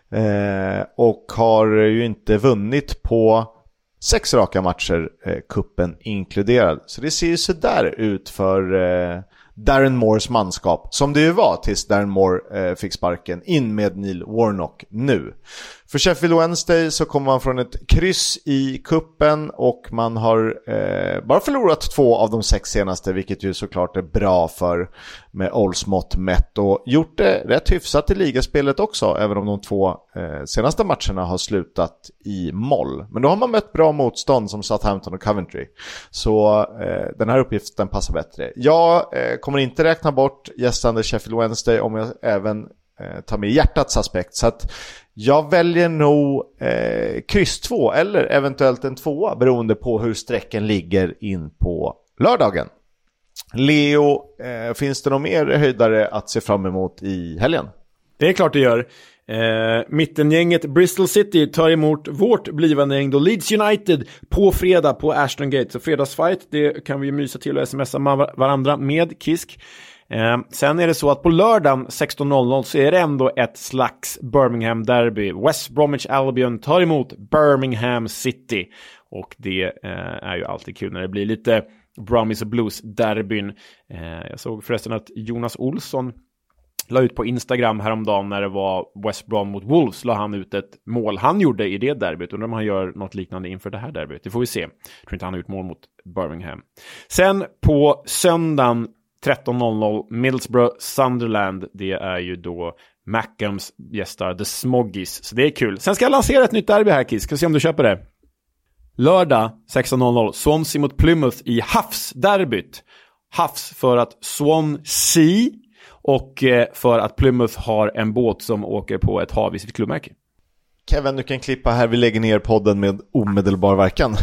eh, och har ju inte vunnit på sex raka matcher, eh, kuppen inkluderad. Så det ser ju så där ut för eh, Darren Moores manskap, som det ju var tills Darren Moore eh, fick sparken, in med Neil Warnock nu. För Sheffield Wednesday så kommer man från ett kryss i kuppen och man har eh, bara förlorat två av de sex senaste, vilket ju såklart är bra för med Oldsmott mätt, och gjort det rätt hyfsat i ligaspelet också, även om de två eh, senaste matcherna har slutat i moll. Men då har man mött bra motstånd som Southampton och Coventry, så eh, den här uppgiften passar bättre. Jag eh, kommer inte räkna bort gästande Sheffield Wednesday om jag även eh, tar med hjärtats aspekt, så att jag väljer nog eh, kryss två eller eventuellt en tvåa beroende på hur sträcken ligger in på lördagen. Leo, eh, finns det någon mer höjdare att se fram emot i helgen? Det är klart det gör. Eh, mittengänget Bristol City tar emot vårt blivande gäng då Leeds United på fredag på Ashton Gate. Så fredagsfight, det kan vi ju mysa till och smsa varandra med Kisk. Eh, sen är det så att på lördagen sexton noll noll så är det ändå ett slags Birmingham derby. West Bromwich Albion tar emot Birmingham City. Och det eh, är ju alltid kul när det blir lite Brummies och Blues derbyn. Eh, jag såg förresten att Jonas Olsson la ut på Instagram häromdagen när det var West Brom mot Wolves, la han ut ett mål han gjorde i det derbyt. Undrar om han gör något liknande inför det här derbyt. Det får vi se. Jag tror inte han har gjort mål mot Birmingham. Sen på söndagen tretton noll noll Middlesbrough Sunderland. Det är ju då Mackhams gästar The Smoggies. Så det är kul. Sen ska jag lansera ett nytt derby här, Kiss. Ska se om du köper det. Lördag sexton noll noll Swansea mot Plymouth i Havs-derbyt. Havs för att Swansea och för att Plymouth har en båt som åker på ett hav i sitt klubbmärke. Kevin, du kan klippa här. Vi lägger ner podden med omedelbar verkan.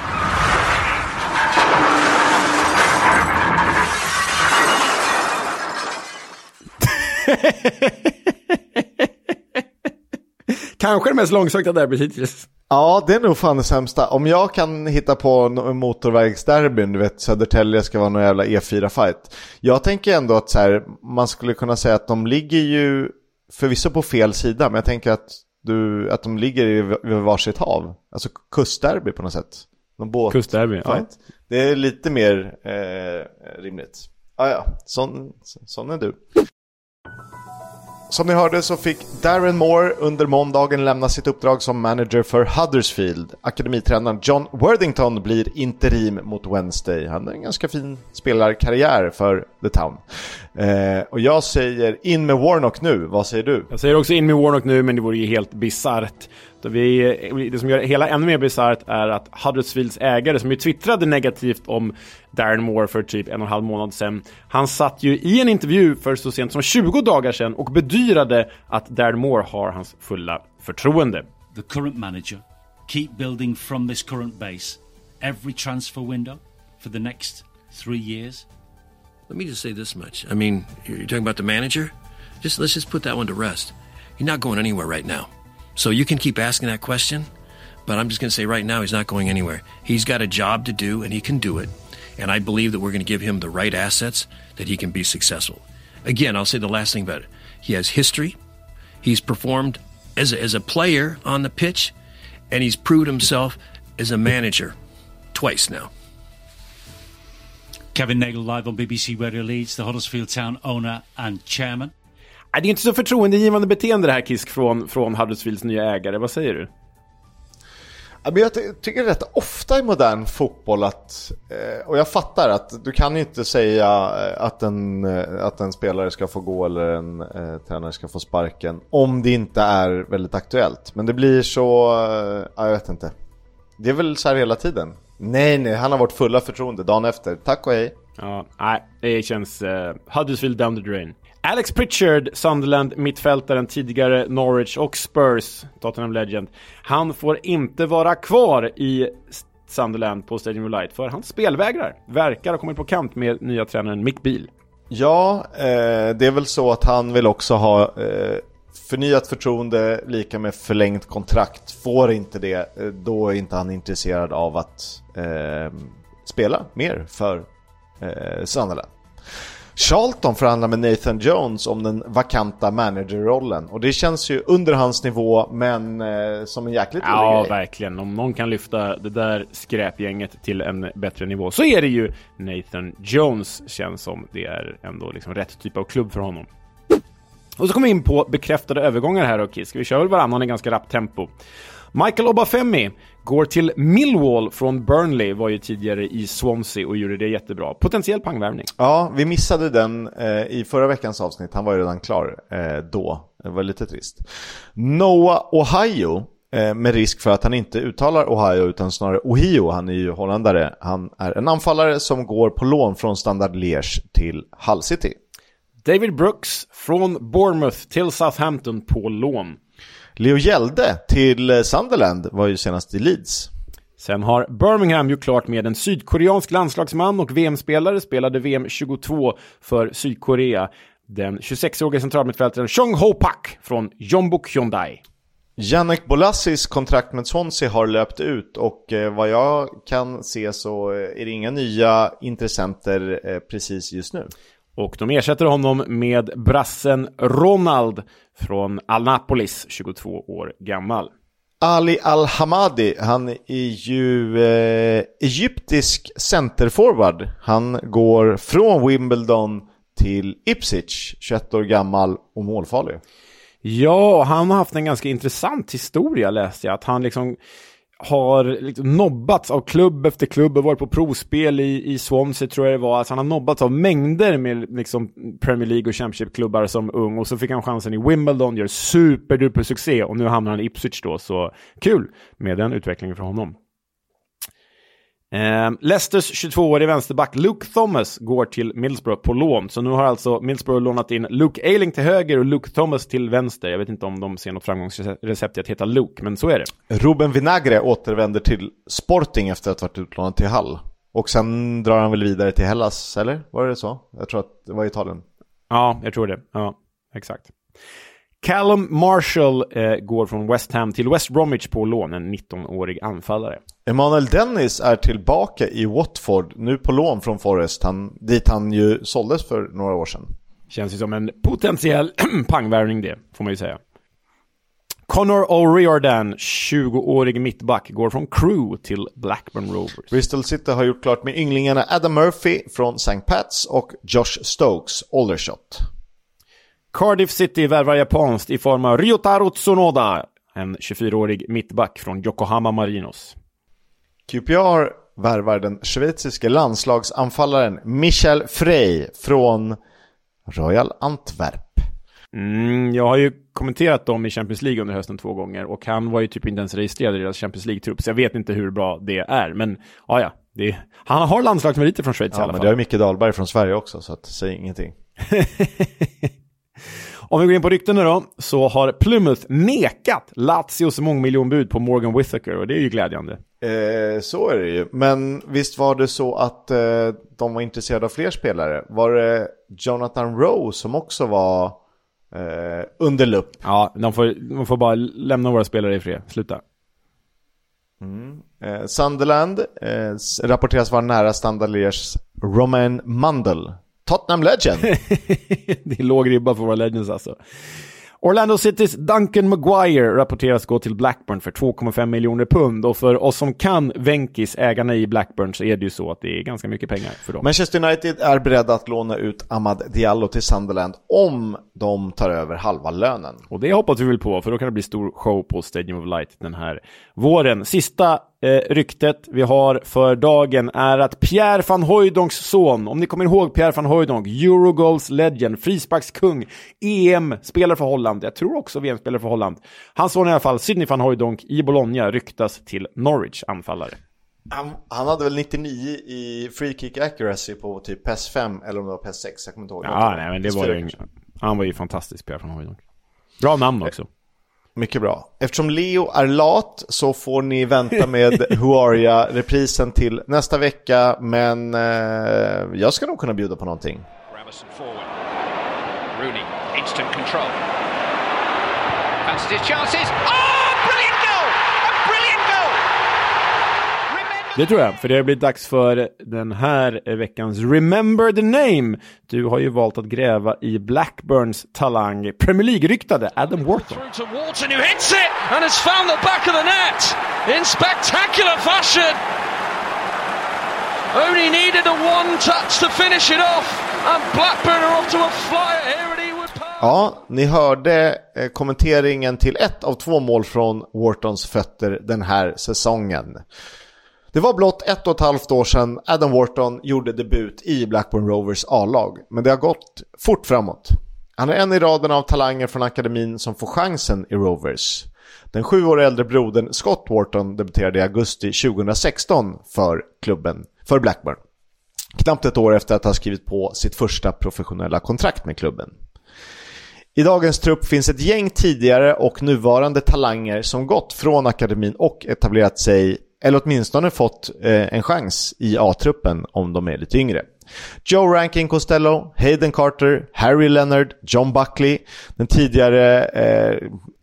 Kanske det mest långsökta derbyt hittills. Ja, det är nog fan det sämsta. Om jag kan hitta på en motorvägsderbyn, du vet, Södertälje ska vara någon jävla E fyra-fight. Jag tänker ändå att så här, man skulle kunna säga att de ligger ju förvisso på fel sida, men jag tänker att, du, att de ligger i vid varsitt hav. Alltså kustderby på något sätt. Någon båt. Kustderby, ja. Det är lite mer eh, rimligt. Ah, ja, sån, sån är du. Som ni hörde så fick Darren Moore under måndagen lämna sitt uppdrag som manager för Huddersfield. Akademitränaren John Worthington blir interim mot Wednesday. Han har en ganska fin spelarkarriär för The Town. Eh, och jag säger in med Warnock nu. Vad säger du? Jag säger också in med Warnock nu, men det vore ju helt bizarrt. Vi, det som gör det hela ännu mer bizarrt är att Huddersfields ägare, som ju twittrade negativt om Darren Moore för typ en och en halv månad sedan, han satt ju i en intervju för så sent som tjugo dagar sedan och bedyrade att Darren Moore har hans fulla förtroende. The current manager, keep building from this current base every transfer window for the next three years. Let me just say this much. I mean, you're talking about the manager? Just let's just put that one to rest. You're not going anywhere right now. So you can keep asking that question, but I'm just going to say right now he's not going anywhere. He's got a job to do, and he can do it. And I believe that we're going to give him the right assets that he can be successful. Again, I'll say the last thing about it. He has history. He's performed as a, as a player on the pitch, and he's proved himself as a manager twice now. Kevin Nagle live on B B C Radio Leeds, the Huddersfield Town owner and chairman. Det är inte så förtroendegivande beteende det här, Kisk, från, från Huddersfields nya ägare. Vad säger du? Men jag tycker det är rätt ofta i modern fotboll att, och jag fattar att du kan inte säga att en, att en spelare ska få gå eller en eh, tränare ska få sparken om det inte är väldigt aktuellt. Men det blir så, jag vet inte. Det är väl så här hela tiden. Nej, nej, han har varit fulla förtroende dagen efter. Tack och hej. Ja, nej, det känns uh, Huddersfield down the drain. Alex Pritchard, Sunderland, mittfältaren, tidigare Norwich och Spurs, Tottenham Legend. Han får inte vara kvar i Sunderland på Stadium of Light för han spelvägrar. Verkar ha kommit på kant med nya tränaren Mick Beale. Ja, eh, det är väl så att han vill också ha eh, förnyat förtroende lika med förlängt kontrakt. Får inte det, eh, då är inte han intresserad av att eh, spela mer för eh, Sunderland. Charlton förhandlar med Nathan Jones om den vakanta managerrollen. Och det känns ju under hans nivå, men eh, som en jäkligt rolig Ja, grej. verkligen. Om någon kan lyfta det där skräpgänget till en bättre nivå så är det ju Nathan Jones. Känns som det är ändå liksom rätt typ av klubb för honom. Och så kommer vi in på bekräftade övergångar här, och Ska vi köra väl varannan i ganska rappt tempo. Michael Obafemi går till Millwall från Burnley, var ju tidigare i Swansea och gjorde det jättebra. Potentiell pangvärvning. Ja, vi missade den eh, i förra veckans avsnitt. Han var ju redan klar eh, då. Det var lite trist. Noah Ohio, eh, med risk för att han inte uttalar Ohio utan snarare Ohio. Han är ju holländare. Han är en anfallare som går på lån från Standard Liège till Hull City. David Brooks från Bournemouth till Southampton på lån. Leo Hjelde till Sunderland var ju senast i Leeds. Sen har Birmingham gjort klart med en sydkoreansk landslagsman och V M-spelare, spelade V M tjugotvå för Sydkorea. Den tjugosexårige centralmittfältaren Chong Ho Pak från Jeonbuk Hyundai. Jannik Bolassis kontrakt med Swansea har löpt ut och eh, vad jag kan se så är det inga nya intressenter eh, precis just nu. Och de ersätter honom med brassen Ronald från Al-Napolis, tjugotvå år gammal. Ali Al-Hamadi, han är ju eh, egyptisk centerforward. Han går från Wimbledon till Ipswich, tjugoett år gammal och målfarlig. Ja, han har haft en ganska intressant historia, läste jag. Att han liksom har liksom nobbats av klubb efter klubb och varit på provspel i, i Swansea, tror jag det var. Alltså han har nobbats av mängder med liksom Premier League och Championship-klubbar som ung, och så fick han chansen i Wimbledon, gör superduper succé, och nu hamnar han i Ipswich då, så kul med den utvecklingen för honom. Eh, Leicesters tjugotvåårige vänsterback Luke Thomas går till Middlesbrough på lån. Så nu har alltså Middlesbrough lånat in Luke Ayling till höger och Luke Thomas till vänster. Jag vet inte om de ser något framgångsrecept i att heta Luke, men så är det. Ruben Vinagre återvänder till Sporting efter att ha varit utlånad till Hull. Och sen drar han väl vidare till Hellas, eller? Var det så? Jag tror att det var Italien. Ja, jag tror det. Ja, exakt. Callum Marshall eh, går från West Ham till West Bromwich på lån, en nittonårig anfallare. Emmanuel Dennis är tillbaka i Watford, nu på lån från Forest, han, dit han ju såldes för några år sedan. Känns ju som en potentiell pangvärvning det, får man ju säga. Connor O'Riordan, tjugoårig mittback, går från Crewe till Blackburn Rovers. Bristol City har gjort klart med ynglingarna Adam Murphy från Saint Pats och Josh Stokes, Aldershot. Cardiff City värvar japanskt i form av Ryotaro Tsunoda, en tjugofyraårig mittback från Yokohama Marinos. Q P R värvar den schweiziska landslagsanfallaren Michel Frey från Royal Antwerp. Mm, jag har ju kommenterat dem i Champions League under hösten två gånger, och han var ju typ inte ens registrerad i deras Champions League-trupp, så jag vet inte hur bra det är, men ja, ja det är, han har landslagsmeriter från Schweiz, ja, i alla men fall. det har Micke Dahlberg från Sverige också, så att säg ingenting. Om vi går in på rykten då, så har Plymouth nekat Lazios mångmiljonbud på Morgan Whittaker, och det är ju glädjande. Eh, så är det ju. Men visst var det så att eh, de var intresserade av fler spelare. Var det Jonathan Rowe som också var eh, under lupp? Ja, de får, de får bara lämna våra spelare i fred. Sluta. Mm. Eh, Sunderland eh, rapporteras vara nära Standard Lièges Romain Mundle, Tottenham Legend. Det är låg ribba för våra Legends alltså. Orlando Citys Duncan Maguire rapporteras gå till Blackburn för två komma fem miljoner pund, och för oss som kan Venkis, ägarna i Blackburn, så är det ju så att det är ganska mycket pengar för dem. Manchester United är beredda att låna ut Amad Diallo till Sunderland om de tar över halva lönen. Och det hoppas vi väl på, för då kan det bli stor show på Stadium of Light den här våren. Sista eh, ryktet vi har för dagen är att Pierre van Hooydonk's son, om ni kommer ihåg Pierre van Hooydonk, Eurogoals legend, frisparkskung, E M-spelare för Holland, jag tror också V M-spelare för Holland. Hans son i alla fall, Sidney van Hooydonk i Bologna, ryktas till Norwich, anfallare. Han, han hade väl nittionio i free kick accuracy på typ P E S fem eller om det var P E S sex, jag kommer inte ihåg. Ja, nej, men det var ju, han var ju fantastisk spelare från Hojlund. Bra namn också. Mycket bra. Eftersom Leo är lat så får ni vänta med Huaria-reprisen till nästa vecka, men eh, jag ska nog kunna bjuda på någonting. Rooney, instant control. Fancies his chances. Oh, brilliant goal! A brilliant goal! Remember... Det tror jag, för det har blivit dags för den här veckans Remember the Name. Du har ju valt att gräva i Blackburns talang, Premier League-ryktade Adam Wharton. Through to Wharton who hits it and has found the back of the net in spectacular fashion. Only needed a one touch to finish it off, and Blackburn are off to a flyer here at Ewood Park. Ja, ni hörde eh, kommenteringen till ett av två mål från Whartons fötter den här säsongen. Det var blott ett och ett halvt år sedan Adam Wharton gjorde debut i Blackburn Rovers A-lag, men det har gått fort framåt. Han är en i raden av talanger från akademin som får chansen i Rovers. Den sju år äldre brodern Scott Wharton debuterade i augusti tjugohundrasexton för klubben, för Blackburn. Knappt ett år efter att ha skrivit på sitt första professionella kontrakt med klubben. I dagens trupp finns ett gäng tidigare och nuvarande talanger som gått från akademin och etablerat sig, eller åtminstone fått eh, en chans i A-truppen om de är lite yngre. Joe Rankin Costello, Hayden Carter, Harry Leonard, John Buckley, den tidigare eh,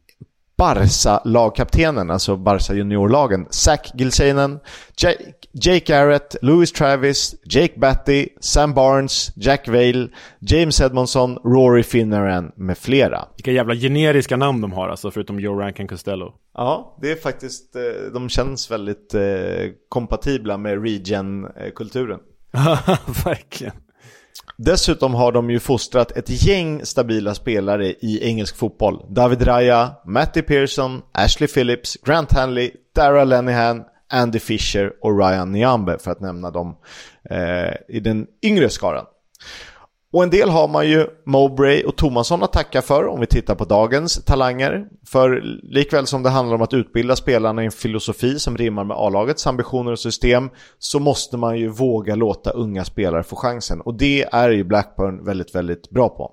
Barca-lagkaptenen, alltså Barca juniorlagen, Zach Gilseinen, Jake, Jake Garrett, Louis Travis, Jake Batty, Sam Barnes, Jack Vale, James Edmondson, Rory Finneran med flera. Vilka jävla generiska namn de har, alltså, förutom Joe Rankin Costello. Ja, det är faktiskt, de känns väldigt eh, kompatibla med regen-kulturen. Verkligen. Dessutom har de ju fostrat ett gäng stabila spelare i engelsk fotboll. David Raya, Matty Pearson, Ashley Phillips, Grant Hanley, Darragh Lenihan, Andy Fisher och Ryan Nyambe, för att nämna dem eh, i den yngre skaran. Och en del har man ju Mowbray och Thomasson att tacka för om vi tittar på dagens talanger. För likväl som det handlar om att utbilda spelarna i en filosofi som rimmar med A-lagets ambitioner och system, så måste man ju våga låta unga spelare få chansen. Och det är ju Blackburn väldigt, väldigt bra på.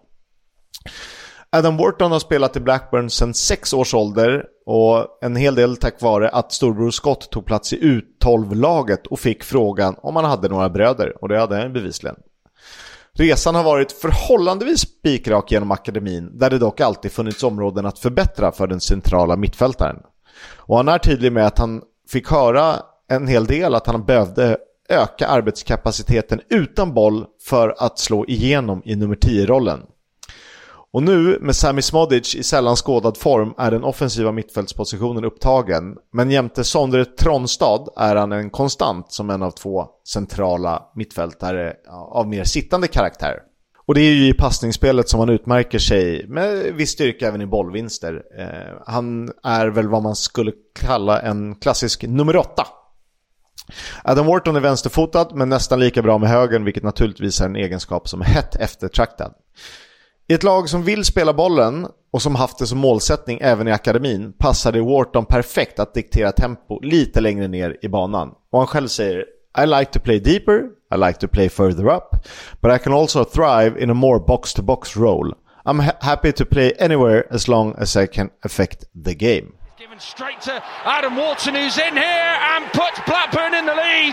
Adam Wharton har spelat i Blackburn sedan sex års ålder, och en hel del tack vare att storbror Scott tog plats i U tolv-laget och fick frågan om han hade några bröder, och det hade han bevisligen. Resan har varit förhållandevis spikrak genom akademin, där det dock alltid funnits områden att förbättra för den centrala mittfältaren. Och han är tydlig med att han fick höra en hel del att han behövde öka arbetskapaciteten utan boll för att slå igenom i nummer tio-rollen. Och nu med Sami Smodic i sällan skådad form är den offensiva mittfältspositionen upptagen, men jämte Sondre Tronstad är han en konstant som en av två centrala mittfältare av mer sittande karaktär. Och det är ju i passningsspelet som han utmärker sig med viss styrka även i bollvinster. Eh, han är väl vad man skulle kalla en klassisk nummer åtta. Adam Wharton är vänsterfotad men nästan lika bra med högern, vilket naturligtvis är en egenskap som är hett eftertraktad. I ett lag som vill spela bollen och som haft det som målsättning även i akademin passar det Wharton perfekt att diktera tempo lite längre ner i banan. Och han själv säger: I like to play deeper, I like to play further up, but I can also thrive in a more box-to-box role. I'm ha- happy to play anywhere as long as I can affect the game. Given straight to Adam Wharton, who's in here and puts Blackburn in the lead.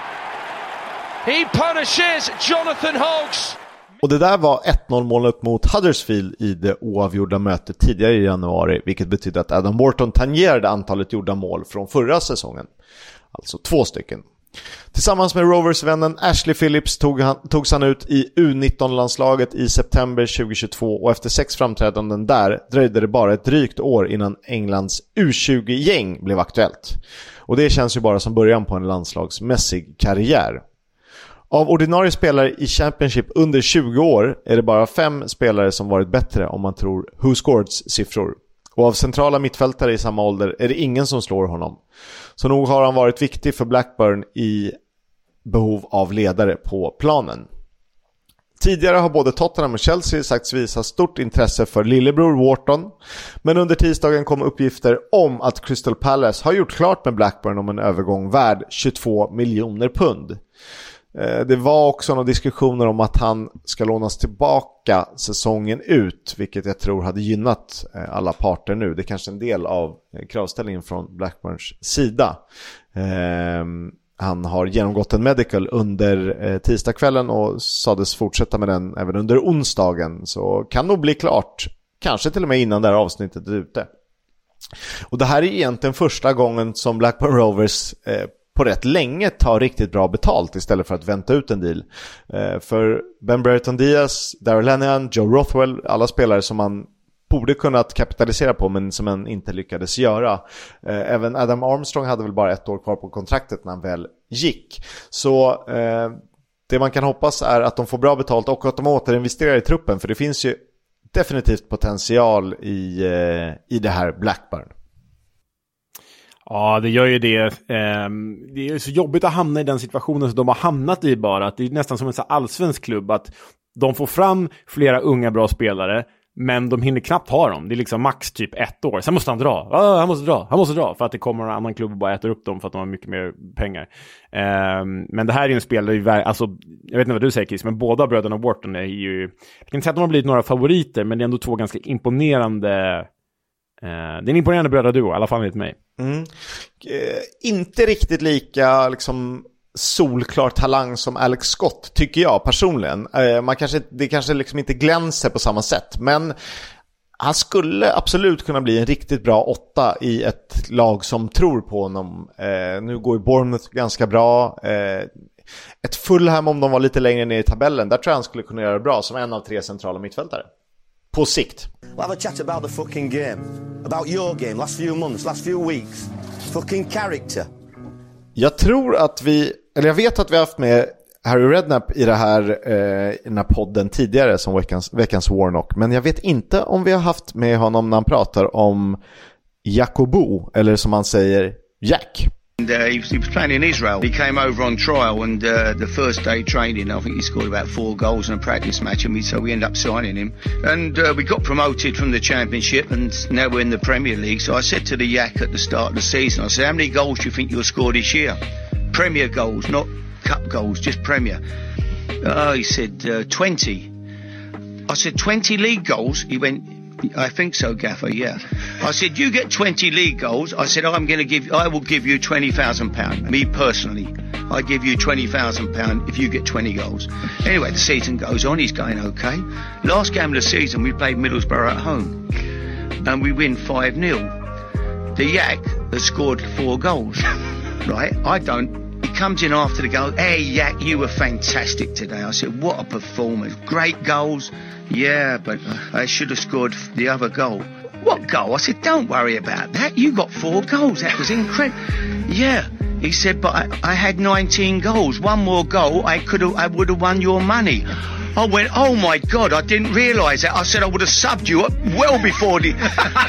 He punishes Jonathan Hoggs. Och det där var ett noll-målet mot Huddersfield i det oavgjorda mötet tidigare i januari, vilket betyder att Adam Wharton tangerade antalet gjorda mål från förra säsongen. Alltså två stycken. Tillsammans med Rovers-vännen Ashley Phillips tog han, togs han ut i U nitton-landslaget i september tjugohundratjugotvå, och efter sex framträdanden där dröjde det bara ett drygt år innan Englands U tjugo-gäng blev aktuellt. Och det känns ju bara som början på en landslagsmässig karriär. Av ordinarie spelare i Championship under tjugo år är det bara fem spelare som varit bättre om man tror Who Scoreds siffror. Och av centrala mittfältare i samma ålder är det ingen som slår honom. Så nog har han varit viktig för Blackburn i behov av ledare på planen. Tidigare har både Tottenham och Chelsea sagts visa stort intresse för lillebror Wharton, men under tisdagen kom uppgifter om att Crystal Palace har gjort klart med Blackburn om en övergång värd tjugotvå miljoner pund. Det var också några diskussioner om att han ska lånas tillbaka säsongen ut, vilket jag tror hade gynnat alla parter nu. Det är kanske en del av kravställningen från Blackburns sida. Han har genomgått en medical under tisdagskvällen och sades fortsätta med den även under onsdagen. Så kan nog bli klart, kanske till och med innan det här avsnittet är ute. Och det här är egentligen första gången som Blackburn Rovers eh, på rätt länge tar riktigt bra betalt istället för att vänta ut en deal. Eh, för Ben Brereton Diaz, Darrell Lenihan, Joe Rothwell, alla spelare som man borde kunnat kapitalisera på men som man inte lyckades göra. Eh, även Adam Armstrong hade väl bara ett år kvar på kontraktet när han väl gick. Så eh, det man kan hoppas är att de får bra betalt och att de återinvesterar i truppen, för det finns ju definitivt potential i, eh, i det här Blackburn. Ja, det gör ju det. Det är så jobbigt att hamna i den situationen som de har hamnat i bara. Att det är nästan som en så allsvensk klubb att de får fram flera unga bra spelare, men de hinner knappt ha dem. Det är liksom max typ ett år. Sen måste han dra. Ah, han måste dra. Han måste dra. För att det kommer en annan klubb och bara äter upp dem för att de har mycket mer pengar. Men det här är ju en spelare, alltså, jag vet inte vad du säger, Chris, men båda bröderna Wharton är ju, jag kan inte säga att de har blivit några favoriter, men det är ändå två ganska imponerande. Det är en imponerande brödraduo, i alla fall enligt mig. Mm. Eh, inte riktigt lika liksom solklar talang som Alex Scott, tycker jag personligen. Eh, man kanske, det kanske liksom inte glänser på samma sätt, men han skulle absolut kunna bli en riktigt bra åtta i ett lag som tror på honom. Eh, nu går ju Bournemouth ganska bra. Eh, ett Fulham, om de var lite längre ner i tabellen, där tror jag han skulle kunna göra bra som en av tre centrala mittfältare. På sikt. We'll have a chat about the fucking game. About your game, last few months, last few weeks. Fucking character. Jag tror att vi, eller jag vet att vi har haft med Harry Redknapp i det här, eh, i den här podden tidigare som veckans, veckans Warnock. Men jag vet inte om vi har haft med honom när han pratar om Jacobo, eller som han säger, Jack. And, uh, he, was, he was playing in Israel. He came over on trial, and uh, the first day training, I think he scored about four goals in a practice match, and we, so we ended up signing him. And uh, we got promoted from the Championship, and now we're in the Premier League. So I said to the Yak at the start of the season, I said, how many goals do you think you'll score this year? Premier goals, not cup goals, just Premier. Oh, he said, uh, twenty. I said, twenty league goals? He went, I think so, Gaffer, yeah. I said, you get twenty league goals. I said, I'm going to give, I will give you twenty thousand pounds. Me personally, I give you twenty thousand pounds if you get twenty goals. Anyway, the season goes on. He's going okay. Last game of the season, we played Middlesbrough at home. And we win five nil. The Yak has scored four goals. Right? I don't. He comes in after the goal. Hey, Yak, you were fantastic today. I said, what a performance. Great goals. Yeah, but I should have scored the other goal. What goal? I said, don't worry about that. You got four goals. That was incredible. Yeah. He said, but I, I had nineteen goals. One more goal, I could have, I would have won your money. I went, oh my God, I didn't realise that. I said I would have subbed you up well before the...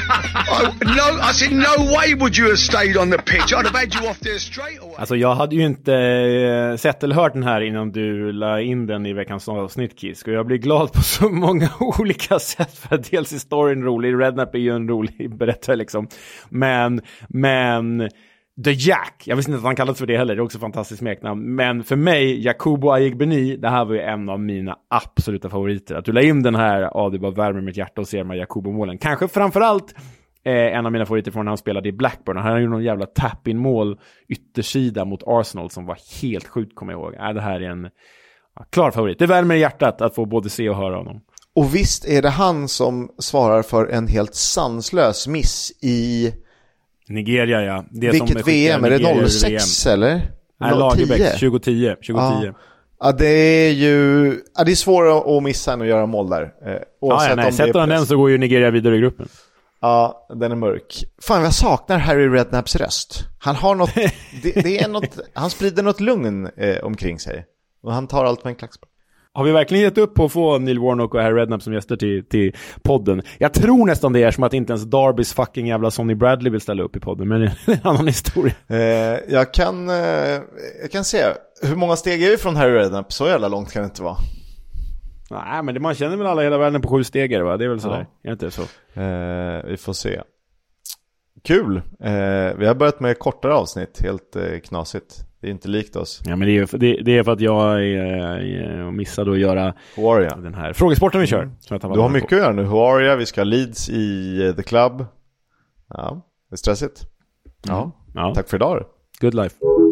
I, no, I said, no way would you have stayed on the pitch. I'd have had you off there straight away. Alltså jag hade ju inte sett eller hört den här innan du la in den i veckans avsnitt, Kisk. Och jag blir glad på så många olika sätt. För att dels är storyn rolig, Redknapp är ju en rolig berättare liksom. Men, men... The Jack, jag visste inte att han kallades för det heller, det är också fantastiskt smeknamn. Men för mig, Jacobo Ayegbeni, det här var ju en av mina absoluta favoriter. Att du la in den här, ja det bara värmer mitt hjärta och ser de här Jacobo-målen. Kanske framförallt eh, en av mina favoriter från när han spelade i Blackburn. Han hade ju någon jävla tap-in-mål yttersida mot Arsenal som var helt sjukt, kommer jag ihåg. Äh, det här är en ja, klar favorit. Det värmer i hjärtat att få både se och höra honom. Och visst är det han som svarar för en helt sanslös miss i... Nigeria, ja. Det vilket som är V M? Är det noll sex eller? Nej, Lagerbäck, tjugo tio. Ja. ja, det är ju... Ja, det är svårare att missa än att göra mål där. Eh, ja, ja, nej. Sätter han den så går ju Nigeria vidare i gruppen. Ja, den är mörk. Fan, jag saknar Harry Redknapps röst. Han har något... det, det är något... Han sprider något lugn eh, omkring sig. Och han tar allt med en klackspark. Har vi verkligen gett upp på att få Neil Warnock och Harry Redknapp som gäster till, till podden? Jag tror nästan det är som att inte ens Darbys fucking jävla Sonny Bradley vill ställa upp i podden. Men det är en annan historia. Eh, jag, kan, eh, jag kan se. Hur många steg är vi från Harry Redknapp? Så jävla långt kan det inte vara. Nej, men det, man känner väl alla hela världen på sju stegar, va? Det är väl sådär. Ja. Är inte så? Eh, vi får se. Kul. Eh, vi har börjat med kortare avsnitt. Helt eh, knasigt. Det är inte likt oss. Ja, men det är, det, det är för att jag eh, missade att göra Huaria. Den här frågesporten vi kör. Mm. Som jag du har mycket på. Att göra nu. Huaria, vi ska ha Leeds i uh, The Club. Ja, det är stressigt. Mm. Ja. ja, tack för idag. Good life.